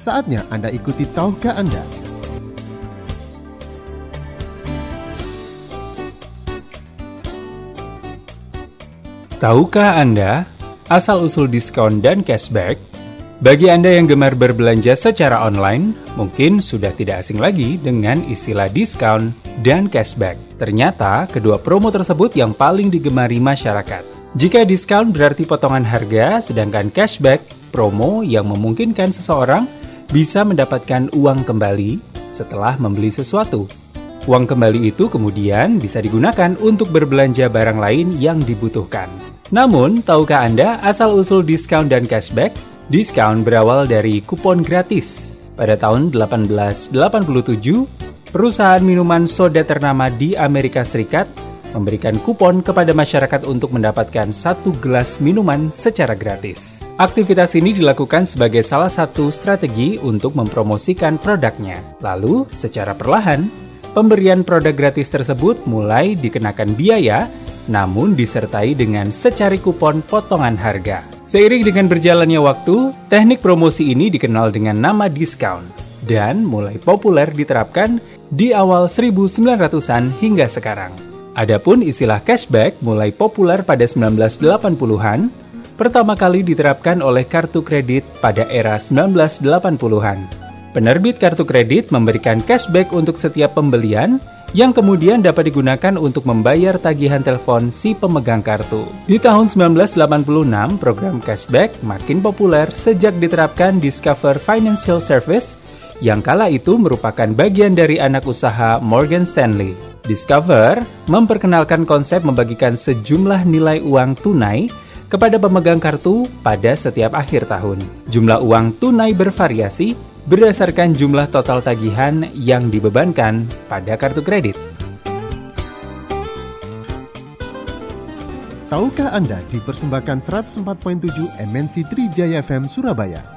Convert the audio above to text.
Saatnya Anda ikuti Tahukah Anda? Tahukah Anda asal-usul diskon dan cashback? Bagi Anda yang gemar berbelanja secara online, mungkin sudah tidak asing lagi dengan istilah diskon dan cashback. Ternyata, kedua promo tersebut yang paling digemari masyarakat. Jika diskon berarti potongan harga, sedangkan cashback, promo yang memungkinkan seseorang bisa mendapatkan uang kembali setelah membeli sesuatu. Uang kembali itu kemudian bisa digunakan untuk berbelanja barang lain yang dibutuhkan. Namun, tahukah Anda asal-usul diskon dan cashback? Diskon berawal dari kupon gratis. Pada tahun 1887, perusahaan minuman soda ternama di Amerika Serikat memberikan kupon kepada masyarakat untuk mendapatkan 1 gelas minuman secara gratis. Aktivitas ini dilakukan sebagai salah satu strategi untuk mempromosikan produknya. Lalu, secara perlahan, pemberian produk gratis tersebut mulai dikenakan biaya, namun disertai dengan secari kupon potongan harga. Seiring dengan berjalannya waktu, teknik promosi ini dikenal dengan nama diskon dan mulai populer diterapkan di awal 1900-an hingga sekarang. Adapun istilah cashback mulai populer pada 1980-an, pertama kali diterapkan oleh kartu kredit pada era 1980-an. Penerbit kartu kredit memberikan cashback untuk setiap pembelian yang kemudian dapat digunakan untuk membayar tagihan telepon si pemegang kartu. Di tahun 1986, program cashback makin populer sejak diterapkan Discover Financial Service yang kala itu merupakan bagian dari anak usaha Morgan Stanley. Discover memperkenalkan konsep membagikan sejumlah nilai uang tunai kepada pemegang kartu pada setiap akhir tahun. Jumlah uang tunai bervariasi berdasarkan jumlah total tagihan yang dibebankan pada kartu kredit. Tahukah Anda dipersembahkan 104.7 MNC Trijaya FM Surabaya.